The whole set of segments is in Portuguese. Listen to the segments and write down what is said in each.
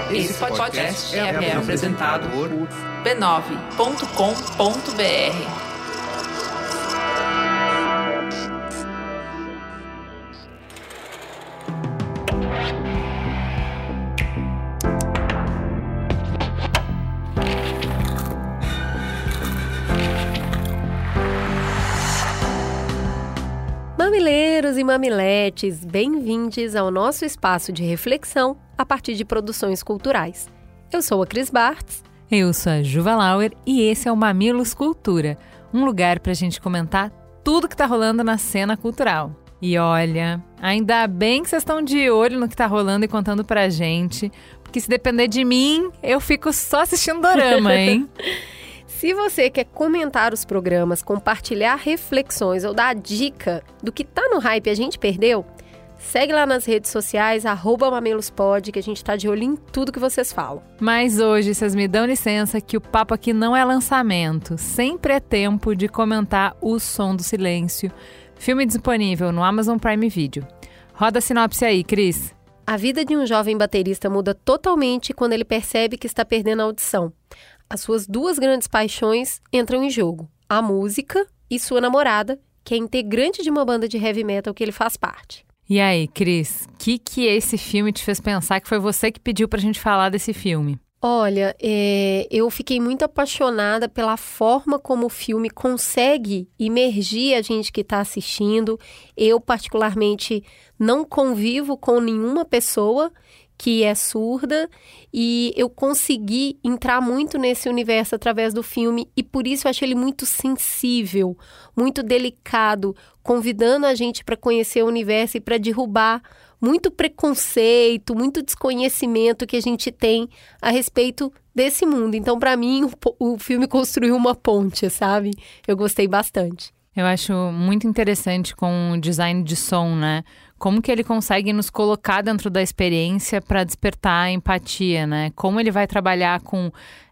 Esse podcast é apresentado por b9.com.br. Mamileiros e mamiletes, bem-vindos ao nosso espaço de reflexão a partir de produções culturais. Eu sou a Cris Bartz. Eu sou a Juva Lauer e esse é o Mamilos Cultura, um lugar para a gente comentar tudo que está rolando na cena cultural. E olha, ainda bem que vocês estão de olho no que está rolando e contando pra gente, porque se depender de mim, eu fico só assistindo dorama, hein? Se você quer comentar os programas, compartilhar reflexões ou dar dica do que tá no hype e a gente perdeu, segue lá nas redes sociais, @mamelospod, que a gente tá de olho em tudo que vocês falam. Mas hoje, vocês me dão licença que o papo aqui não é lançamento. Sempre é tempo de comentar O Som do Silêncio, filme disponível no Amazon Prime Video. Roda a sinopse aí, Cris. A vida de um jovem baterista muda totalmente quando ele percebe que está perdendo a audição. As suas duas grandes paixões entram em jogo, a música e sua namorada, que é integrante de uma banda de heavy metal que ele faz parte. E aí, Cris, o que esse filme te fez pensar que foi você que pediu pra gente falar desse filme? Olha, eu fiquei muito apaixonada pela forma como o filme consegue imergir a gente que está assistindo. Eu, particularmente, não convivo com nenhuma pessoa que é surda e eu consegui entrar muito nesse universo através do filme e por isso eu achei ele muito sensível, muito delicado, convidando a gente para conhecer o universo e para derrubar muito preconceito, muito desconhecimento que a gente tem a respeito desse mundo. Então, para mim, o filme construiu uma ponte, sabe? Eu gostei bastante. Eu acho muito interessante com o design de som, né? Como que ele consegue nos colocar dentro da experiência para despertar a empatia, né? Como ele vai trabalhar com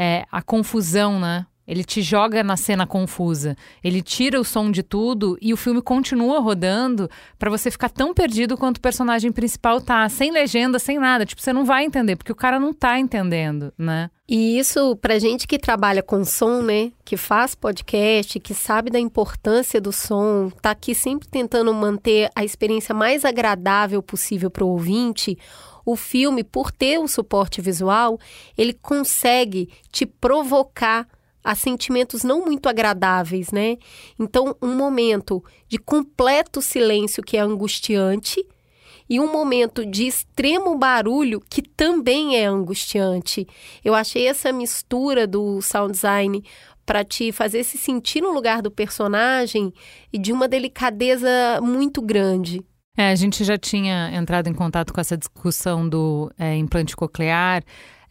a confusão, né? Ele te joga na cena confusa, ele tira o som de tudo e o filme continua rodando para você ficar tão perdido quanto o personagem principal tá, sem legenda, sem nada. Tipo, você não vai entender, porque o cara não tá entendendo, né? E isso, pra gente que trabalha com som, né, que faz podcast, que sabe da importância do som, tá aqui sempre tentando manter a experiência mais agradável possível pro ouvinte, o filme, por ter o suporte visual, ele consegue te provocar a sentimentos não muito agradáveis, né? Então, um momento de completo silêncio que é angustiante e um momento de extremo barulho que também é angustiante. Eu achei essa mistura do sound design para te fazer se sentir no lugar do personagem e de uma delicadeza muito grande. A gente já tinha entrado em contato com essa discussão do implante coclear,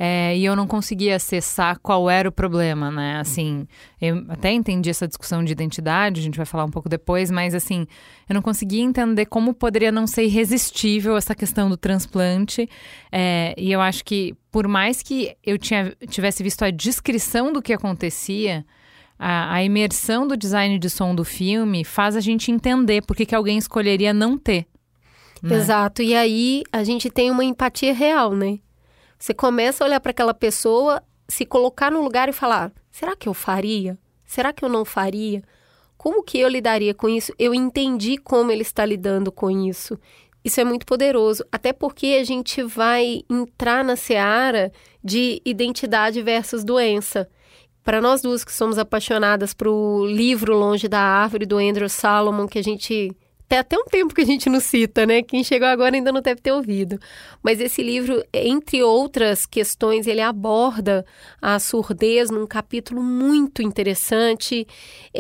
e eu não conseguia acessar qual era o problema, né? Assim, eu até entendi essa discussão de identidade, a gente vai falar um pouco depois, mas assim, eu não conseguia entender como poderia não ser irresistível essa questão do transplante. E eu acho que, por mais que eu tivesse visto a descrição do que acontecia, a imersão do design de som do filme faz a gente entender por que alguém escolheria não ter. Né? Exato, e aí a gente tem uma empatia real, né? Você começa a olhar para aquela pessoa, se colocar no lugar e falar, será que eu faria? Será que eu não faria? Como que eu lidaria com isso? Eu entendi como ele está lidando com isso. Isso é muito poderoso, até porque a gente vai entrar na seara de identidade versus doença. Para nós duas que somos apaixonadas pro livro Longe da Árvore, do Andrew Salomon, que a gente... Tem até um tempo que a gente não cita, né? Quem chegou agora ainda não deve ter ouvido. Mas esse livro, entre outras questões, ele aborda a surdez num capítulo muito interessante.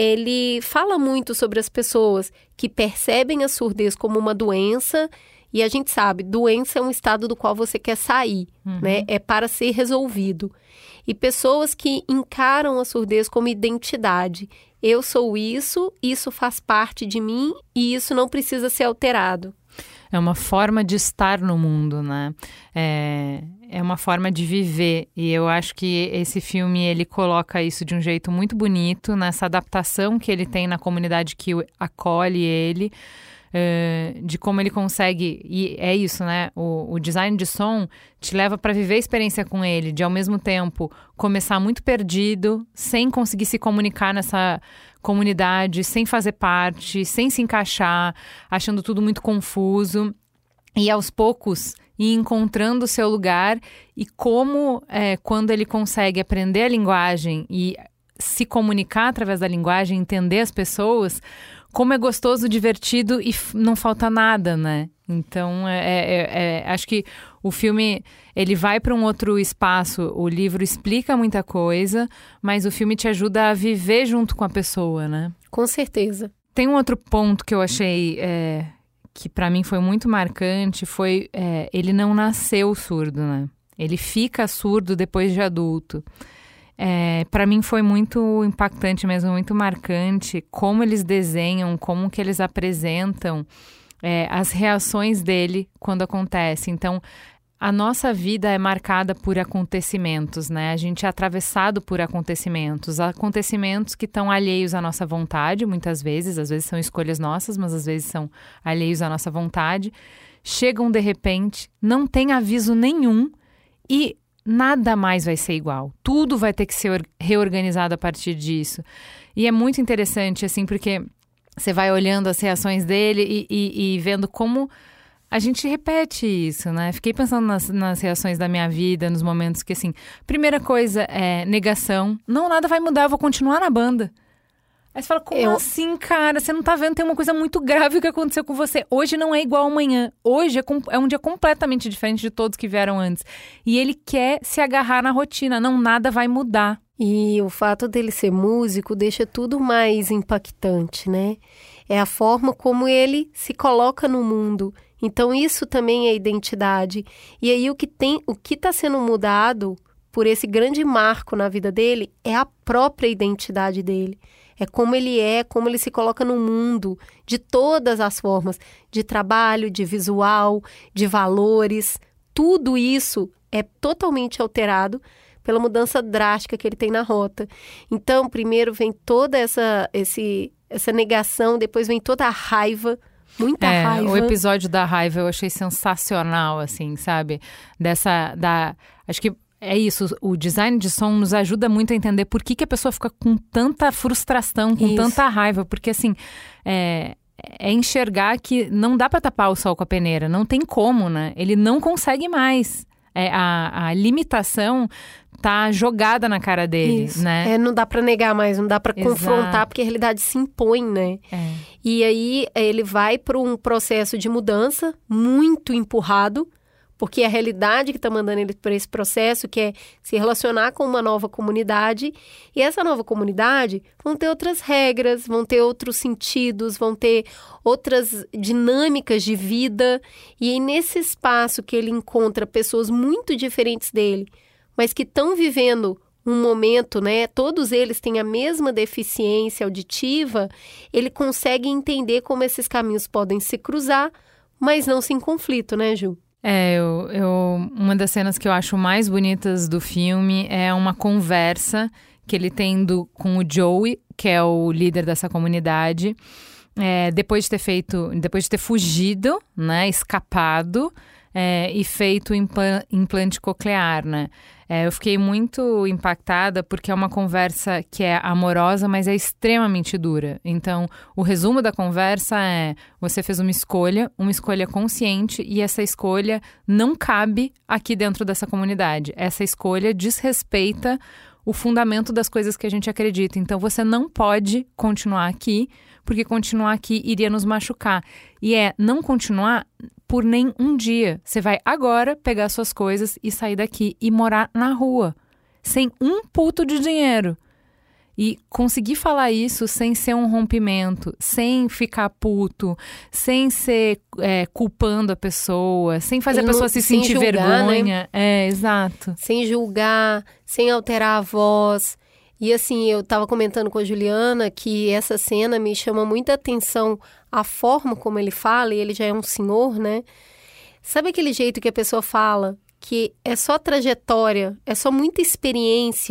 Ele fala muito sobre as pessoas que percebem a surdez como uma doença. E a gente sabe, doença é um estado do qual você quer sair, né? É para ser resolvido. E pessoas que encaram a surdez como identidade. Eu sou isso faz parte de mim e isso não precisa ser alterado. É uma forma de estar no mundo, né? É uma forma de viver. E eu acho que esse filme, ele coloca isso de um jeito muito bonito, nessa adaptação que ele tem na comunidade que acolhe ele. de como ele consegue, e é isso, né? O design de som te leva para viver a experiência com ele, de ao mesmo tempo começar muito perdido, sem conseguir se comunicar nessa comunidade, sem fazer parte, sem se encaixar, achando tudo muito confuso, e aos poucos ir encontrando o seu lugar, e como quando ele consegue aprender a linguagem e se comunicar através da linguagem, entender as pessoas, como é gostoso, divertido e não falta nada, né? Então, acho que o filme, ele vai para um outro espaço, o livro explica muita coisa, mas o filme te ajuda a viver junto com a pessoa, né? Com certeza. Tem um outro ponto que eu achei que para mim foi muito marcante, foi ele não nasceu surdo, né? Ele fica surdo depois de adulto. Para mim foi muito impactante mesmo, muito marcante como eles desenham, como que eles apresentam as reações dele quando acontece. Então, a nossa vida é marcada por acontecimentos, né? A gente é atravessado por acontecimentos que estão alheios à nossa vontade, muitas vezes, às vezes são escolhas nossas, mas às vezes são alheios à nossa vontade. Chegam de repente, não tem aviso nenhum e nada mais vai ser igual. Tudo vai ter que ser reorganizado a partir disso. E é muito interessante, assim, porque você vai olhando as reações dele e vendo como a gente repete isso, né? Fiquei pensando nas reações da minha vida, nos momentos que, assim, primeira coisa é negação. Não, nada vai mudar, eu vou continuar na banda. Aí você fala, como assim, cara? Você não tá vendo? Tem uma coisa muito grave que aconteceu com você. Hoje não é igual amanhã. Hoje é um dia completamente diferente de todos que vieram antes. E ele quer se agarrar na rotina. Não, nada vai mudar. E o fato dele ser músico deixa tudo mais impactante, né? É a forma como ele se coloca no mundo. Então isso também é identidade. E aí o que está sendo mudado por esse grande marco na vida dele é a própria identidade dele. É como ele se coloca no mundo, de todas as formas, de trabalho, de visual, de valores. Tudo isso é totalmente alterado pela mudança drástica que ele tem na rota. Então, primeiro vem toda essa negação, depois vem toda a raiva, muita raiva. O episódio da raiva eu achei sensacional, assim, sabe? Acho que é isso, o design de som nos ajuda muito a entender por que a pessoa fica com tanta frustração, com tanta raiva, porque assim, é enxergar que não dá para tapar o sol com a peneira, não tem como, né? Ele não consegue mais. A limitação tá jogada na cara dele, isso. Né? Não dá para negar mais, não dá para confrontar, porque a realidade se impõe, né? E aí ele vai para um processo de mudança muito empurrado, porque é a realidade que está mandando ele para esse processo, que é se relacionar com uma nova comunidade. E essa nova comunidade vão ter outras regras, vão ter outros sentidos, vão ter outras dinâmicas de vida. E aí, nesse espaço que ele encontra pessoas muito diferentes dele, mas que estão vivendo um momento, né? Todos eles têm a mesma deficiência auditiva, ele consegue entender como esses caminhos podem se cruzar, mas não se em conflito, né, Ju? Uma das cenas que eu acho mais bonitas do filme é uma conversa que ele tem com o Joey, que é o líder dessa comunidade, depois de ter fugido, né, escapado, e feito implante coclear, né? Eu fiquei muito impactada porque é uma conversa que é amorosa, mas é extremamente dura. Então, o resumo da conversa é: você fez uma escolha consciente, e essa escolha não cabe aqui dentro dessa comunidade. Essa escolha desrespeita o fundamento das coisas que a gente acredita. Então, você não pode continuar aqui, porque continuar aqui iria nos machucar. E não continuar por nem um dia. Você vai agora pegar suas coisas e sair daqui e morar na rua, sem um puto de dinheiro. E conseguir falar isso sem ser um rompimento, sem ficar puto, sem ser culpando a pessoa, sem fazer a pessoa se sentir julgar, vergonha. Né? Exato. Sem julgar, sem alterar a voz. E assim, eu estava comentando com a Juliana que essa cena me chama muita atenção, a forma como ele fala, e ele já é um senhor, né? Sabe aquele jeito que a pessoa fala que é só trajetória, é só muita experiência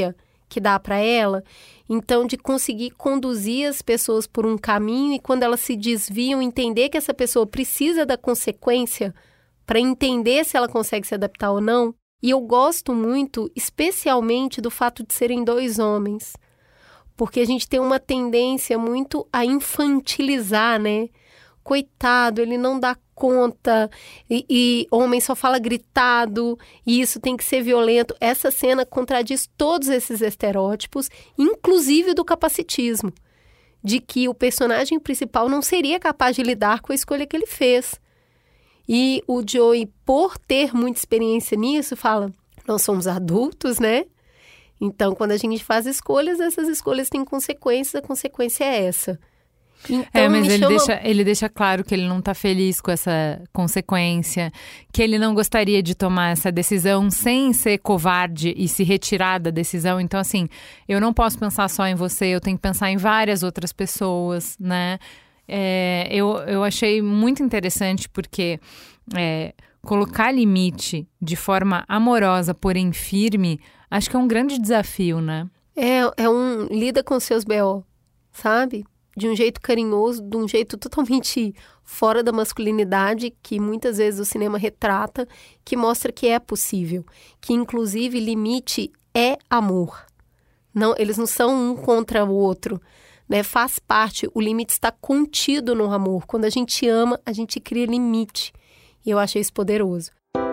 que dá para ela. Então, de conseguir conduzir as pessoas por um caminho e quando elas se desviam, entender que essa pessoa precisa da consequência para entender se ela consegue se adaptar ou não. E eu gosto muito, especialmente, do fato de serem 2 homens. Porque a gente tem uma tendência muito a infantilizar, né? Coitado, ele não dá conta, e homem só fala gritado, e isso tem que ser violento. Essa cena contradiz todos esses estereótipos, inclusive do capacitismo, de que o personagem principal não seria capaz de lidar com a escolha que ele fez. E o Joey, por ter muita experiência nisso, fala, nós somos adultos, né? Então, quando a gente faz escolhas, essas escolhas têm consequências, a consequência é essa. Então, mas ele deixa claro que ele não está feliz com essa consequência, que ele não gostaria de tomar essa decisão sem ser covarde e se retirar da decisão. Então, assim, eu não posso pensar só em você, eu tenho que pensar em várias outras pessoas, né? Eu achei muito interessante porque colocar limite de forma amorosa, porém firme, acho que é um grande desafio, né? Lida com seus B.O., sabe? De um jeito carinhoso, de um jeito totalmente fora da masculinidade, que muitas vezes o cinema retrata, que mostra que é possível. Que, inclusive, limite é amor. Não, eles não são um contra o outro, né? Faz parte, o limite está contido no amor. Quando a gente ama, a gente cria limite. E eu achei isso poderoso.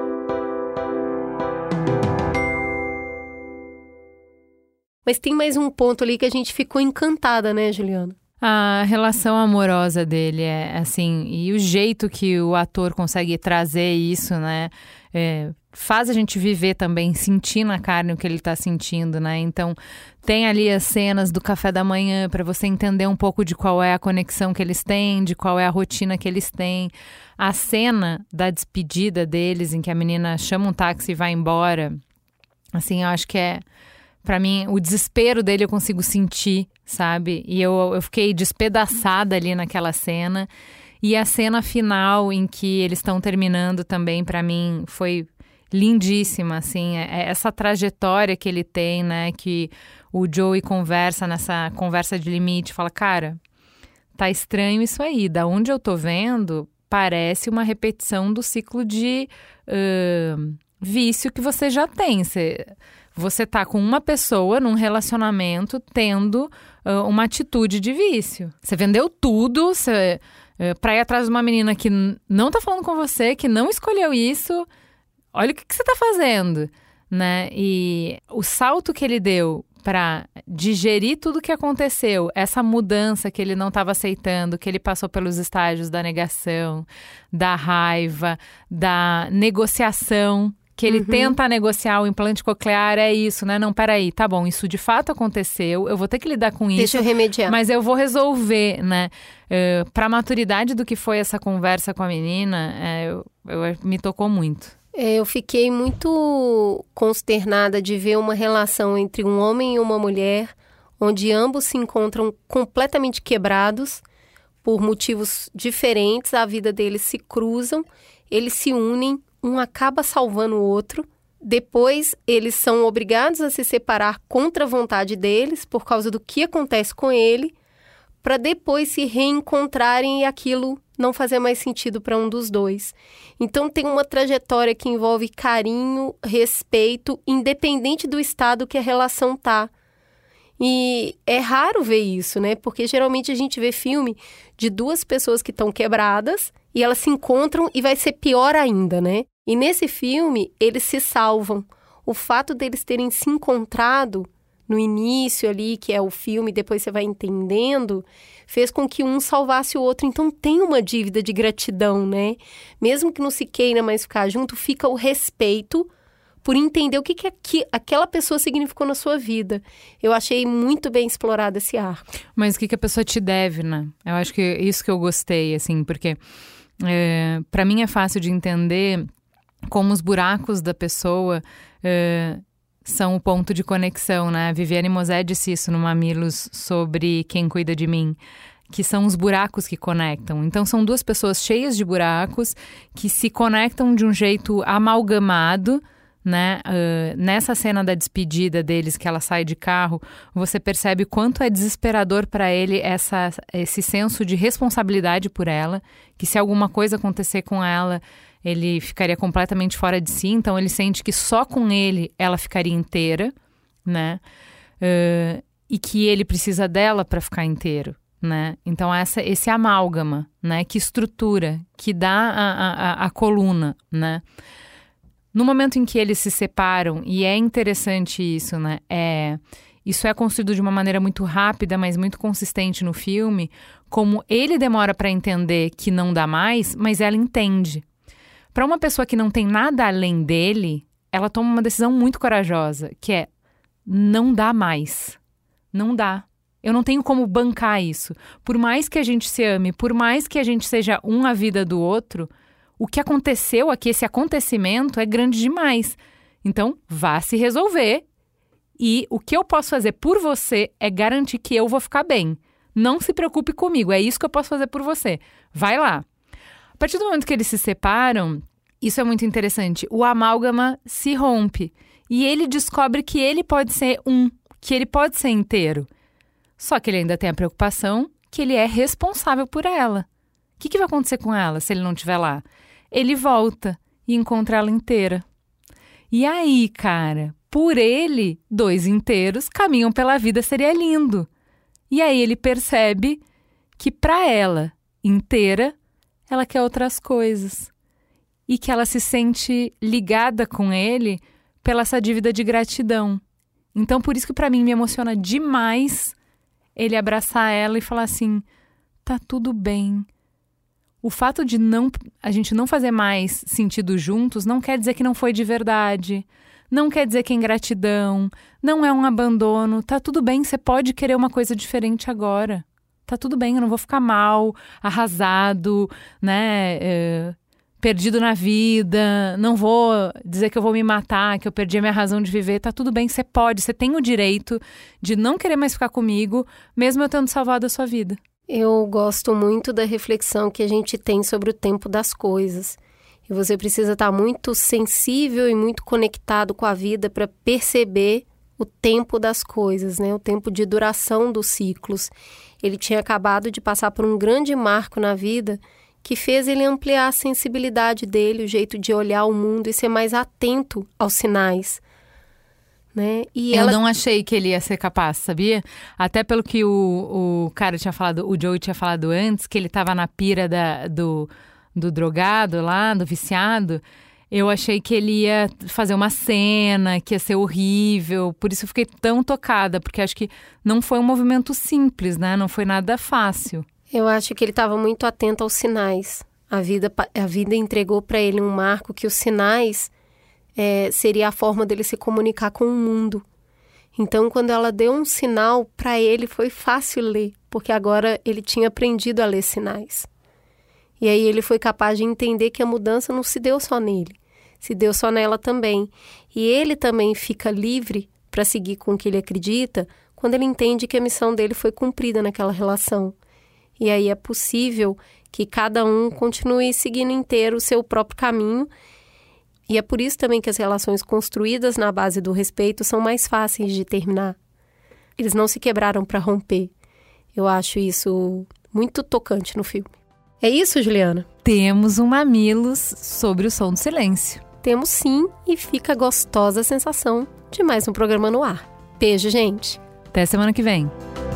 Mas tem mais um ponto ali que a gente ficou encantada, né, Juliana? A relação amorosa dele assim, e o jeito que o ator consegue trazer isso, né, faz a gente viver também, sentir na carne o que ele tá sentindo, né, então tem ali as cenas do café da manhã para você entender um pouco de qual é a conexão que eles têm, de qual é a rotina que eles têm, a cena da despedida deles, em que a menina chama um táxi e vai embora, assim, eu acho que pra mim, o desespero dele eu consigo sentir, sabe? E eu fiquei despedaçada ali naquela cena. E a cena final em que eles estão terminando também, pra mim, foi lindíssima, assim. Essa trajetória que ele tem, né? Que o Joey conversa nessa conversa de limite. Fala, cara, tá estranho isso aí. Da onde eu tô vendo, parece uma repetição do ciclo de vício que você já tem. Você tá com uma pessoa num relacionamento tendo uma atitude de vício. Você vendeu tudo pra ir atrás de uma menina que não tá falando com você, que não escolheu isso. Olha o que você tá fazendo, né? E o salto que ele deu pra digerir tudo o que aconteceu, essa mudança que ele não estava aceitando, que ele passou pelos estágios da negação, da raiva, da negociação, que ele tenta negociar o implante coclear, é isso, né? Não, peraí, tá bom, isso de fato aconteceu, eu vou ter que lidar com isso. Deixa eu remediar. Mas eu vou resolver, né? Pra maturidade do que foi essa conversa com a menina, me tocou muito. Eu fiquei muito consternada de ver uma relação entre um homem e uma mulher, onde ambos se encontram completamente quebrados, por motivos diferentes, a vida deles se cruzam, eles se unem, um acaba salvando o outro. Depois, eles são obrigados a se separar contra a vontade deles, por causa do que acontece com ele, para depois se reencontrarem e aquilo não fazer mais sentido para um dos dois. Então, tem uma trajetória que envolve carinho, respeito, independente do estado que a relação tá. E é raro ver isso, né? Porque geralmente a gente vê filme de duas pessoas que estão quebradas e elas se encontram e vai ser pior ainda, né? E nesse filme, eles se salvam. O fato deles terem se encontrado no início ali, que é o filme, depois você vai entendendo, fez com que um salvasse o outro. Então tem uma dívida de gratidão, né? Mesmo que não se queira mais ficar junto, fica o respeito por entender o que aquela pessoa significou na sua vida. Eu achei muito bem explorado esse arco. Mas o que a pessoa te deve, né? Eu acho que é isso que eu gostei, assim, porque para mim é fácil de entender como os buracos da pessoa são o ponto de conexão, né? A Viviane Mosé disse isso no Mamilos sobre Quem Cuida de Mim, que são os buracos que conectam. Então, são duas pessoas cheias de buracos que se conectam de um jeito amalgamado, né? Nessa cena da despedida deles, que ela sai de carro, você percebe quanto é desesperador para ele esse senso de responsabilidade por ela, que se alguma coisa acontecer com ela, ele ficaria completamente fora de si. Então ele sente que só com ele ela ficaria inteira, né? E que ele precisa dela para ficar inteiro, né? Então esse amálgama, né? Que estrutura, que dá a coluna, né? No momento em que eles se separam, e é interessante isso, né? Isso é construído de uma maneira muito rápida, mas muito consistente no filme, como ele demora para entender que não dá mais, mas ela entende. Para uma pessoa que não tem nada além dele, ela toma uma decisão muito corajosa, que é: não dá mais. Não dá. Eu não tenho como bancar isso. Por mais que a gente se ame, por mais que a gente seja um à vida do outro, o que aconteceu aqui, esse acontecimento é grande demais. Então, vá se resolver. E o que eu posso fazer por você é garantir que eu vou ficar bem. Não se preocupe comigo, é isso que eu posso fazer por você. Vai lá. A partir do momento que eles se separam, isso é muito interessante. O amálgama se rompe. E ele descobre que ele pode ser que ele pode ser inteiro. Só que ele ainda tem a preocupação que ele é responsável por ela. O que vai acontecer com ela se ele não estiver lá? Ele volta e encontra ela inteira. E aí, cara, por ele, 2 inteiros caminham pela vida, seria lindo. E aí ele percebe que para ela, inteira, ela quer outras coisas. E que ela se sente ligada com ele pela essa dívida de gratidão. Então, por isso que para mim me emociona demais ele abraçar ela e falar assim: tá tudo bem. O fato de a gente não fazer mais sentido juntos não quer dizer que não foi de verdade. Não quer dizer que é ingratidão. Não é um abandono. Tá tudo bem, você pode querer uma coisa diferente agora. Tá tudo bem, eu não vou ficar mal, arrasado, né? Perdido na vida. Não vou dizer que eu vou me matar, que eu perdi a minha razão de viver. Tá tudo bem, você pode. Você tem o direito de não querer mais ficar comigo, mesmo eu tendo salvado a sua vida. Eu gosto muito da reflexão que a gente tem sobre o tempo das coisas. E você precisa estar muito sensível e muito conectado com a vida para perceber o tempo das coisas, né? O tempo de duração dos ciclos. Ele tinha acabado de passar por um grande marco na vida que fez ele ampliar a sensibilidade dele, o jeito de olhar o mundo e ser mais atento aos sinais. Né? E eu não achei que ele ia ser capaz, sabia? Até pelo que o cara tinha falado, o Joey tinha falado antes, que ele tava na pira do drogado lá, do viciado. Eu achei que ele ia fazer uma cena, que ia ser horrível. Por isso eu fiquei tão tocada, porque acho que não foi um movimento simples, né? Não foi nada fácil. Eu acho que ele estava muito atento aos sinais. A vida entregou para ele um marco que os sinais seria a forma dele se comunicar com o mundo. Então, quando ela deu um sinal, para ele foi fácil ler, porque agora ele tinha aprendido a ler sinais. E aí ele foi capaz de entender que a mudança não se deu só nele, se deu só nela também. E ele também fica livre para seguir com o que ele acredita quando ele entende que a missão dele foi cumprida naquela relação. E aí é possível que cada um continue seguindo inteiro o seu próprio caminho. E é por isso também que as relações construídas na base do respeito são mais fáceis de terminar. Eles não se quebraram para romper. Eu acho isso muito tocante no filme. É isso, Juliana? Temos um Mamilos sobre o som do silêncio. Temos sim, e fica gostosa a sensação de mais um programa no ar. Beijo, gente! Até semana que vem.